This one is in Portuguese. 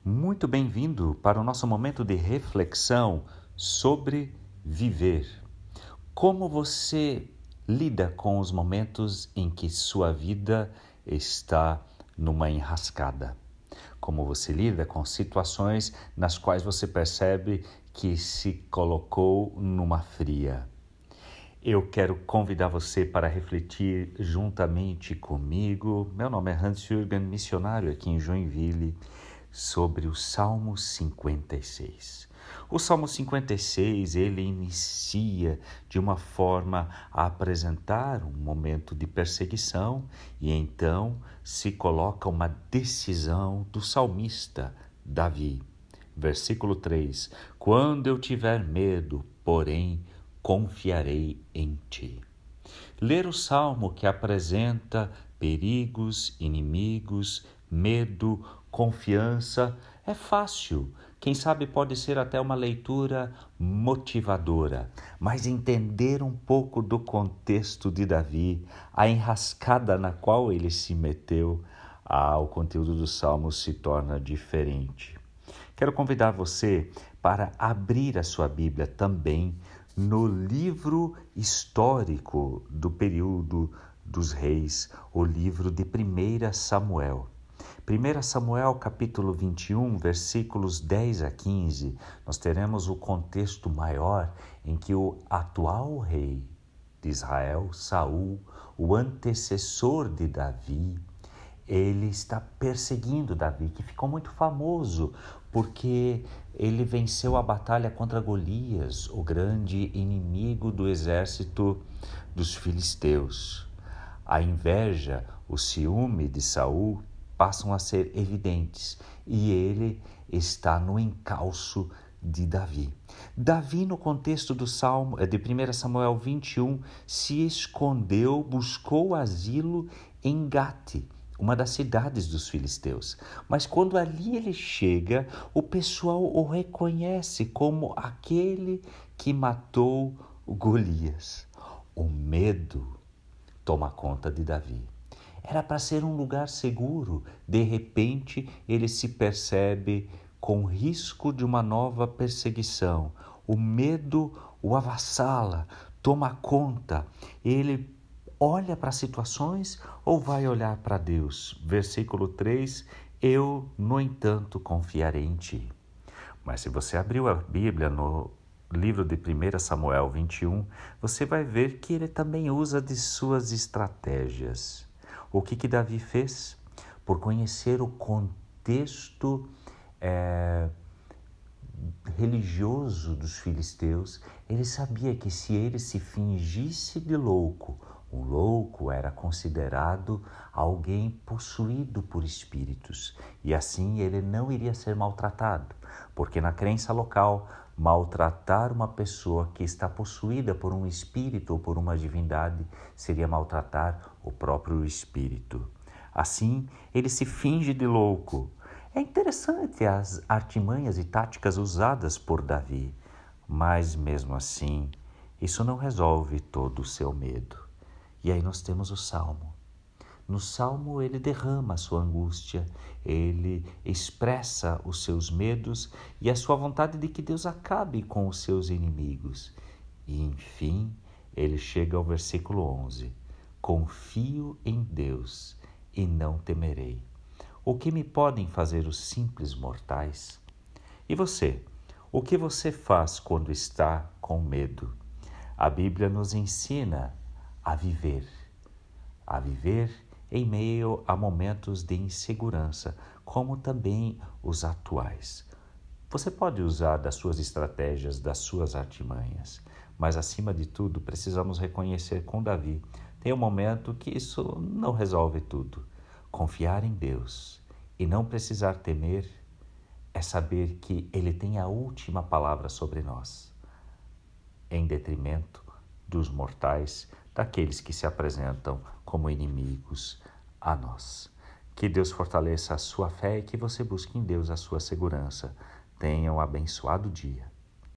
Muito bem-vindo para o nosso momento de reflexão sobre viver. Como você lida com os momentos em que sua vida está numa enrascada? Como você lida com situações nas quais você percebe que se colocou numa fria? Eu quero convidar você para refletir juntamente comigo. Meu nome é Hans-Jürgen, missionário aqui em Joinville, sobre o Salmo 56. O Salmo 56, ele inicia de uma forma a apresentar um momento de perseguição e então se coloca uma decisão do salmista Davi. Versículo 3: Quando eu tiver medo, porém, confiarei em ti. Ler o salmo que apresenta perigos, inimigos, medo, confiança é fácil. Quem sabe pode ser até uma leitura motivadora, mas entender um pouco do contexto de Davi, a enrascada na qual ele se meteu, o conteúdo do salmo se torna diferente. Quero convidar você para abrir a sua Bíblia também no livro histórico do período dos reis, o livro de 1 Samuel. 1 Samuel capítulo 21, versículos 10 a 15, nós teremos o contexto maior em que o atual rei de Israel, Saul, o antecessor de Davi, ele está perseguindo Davi, que ficou muito famoso porque ele venceu a batalha contra Golias, o grande inimigo do exército dos filisteus. A inveja, o ciúme de Saul passam a ser evidentes e ele está no encalço de Davi. Davi, no contexto do Salmo de 1 Samuel 21, se escondeu, buscou asilo em Gate, uma das cidades dos filisteus. Mas quando ali ele chega, o pessoal o reconhece como aquele que matou Golias. O medo toma conta de Davi. Era para ser um lugar seguro. De repente, ele se percebe com risco de uma nova perseguição. O medo o avassala, toma conta. Ele olha para situações ou vai olhar para Deus? Versículo 3, eu, no entanto, confiarei em ti. Mas se você abriu a Bíblia no livro de 1 Samuel 21, você vai ver que ele também usa de suas estratégias. O que Davi fez? Por conhecer o contexto religioso dos filisteus, ele sabia que se ele se fingisse de louco, um louco era considerado alguém possuído por espíritos e assim ele não iria ser maltratado, porque na crença local, maltratar uma pessoa que está possuída por um espírito ou por uma divindade seria maltratar o próprio espírito. Assim, ele se finge de louco. É interessante as artimanhas e táticas usadas por Davi, mas mesmo assim, isso não resolve todo o seu medo. E aí nós temos o Salmo. No Salmo ele derrama a sua angústia, ele expressa os seus medos e a sua vontade de que Deus acabe com os seus inimigos. E enfim, ele chega ao versículo 11. Confio em Deus e não temerei. O que me podem fazer os simples mortais? E você? O que você faz quando está com medo? A Bíblia nos ensina a viver em meio a momentos de insegurança, como também os atuais. Você pode usar das suas estratégias, das suas artimanhas, mas acima de tudo precisamos reconhecer com Davi, tem um momento que isso não resolve tudo. Confiar em Deus e não precisar temer é saber que Ele tem a última palavra sobre nós, em detrimento dos mortais, daqueles que se apresentam como inimigos a nós. Que Deus fortaleça a sua fé e que você busque em Deus a sua segurança. Tenha um abençoado dia.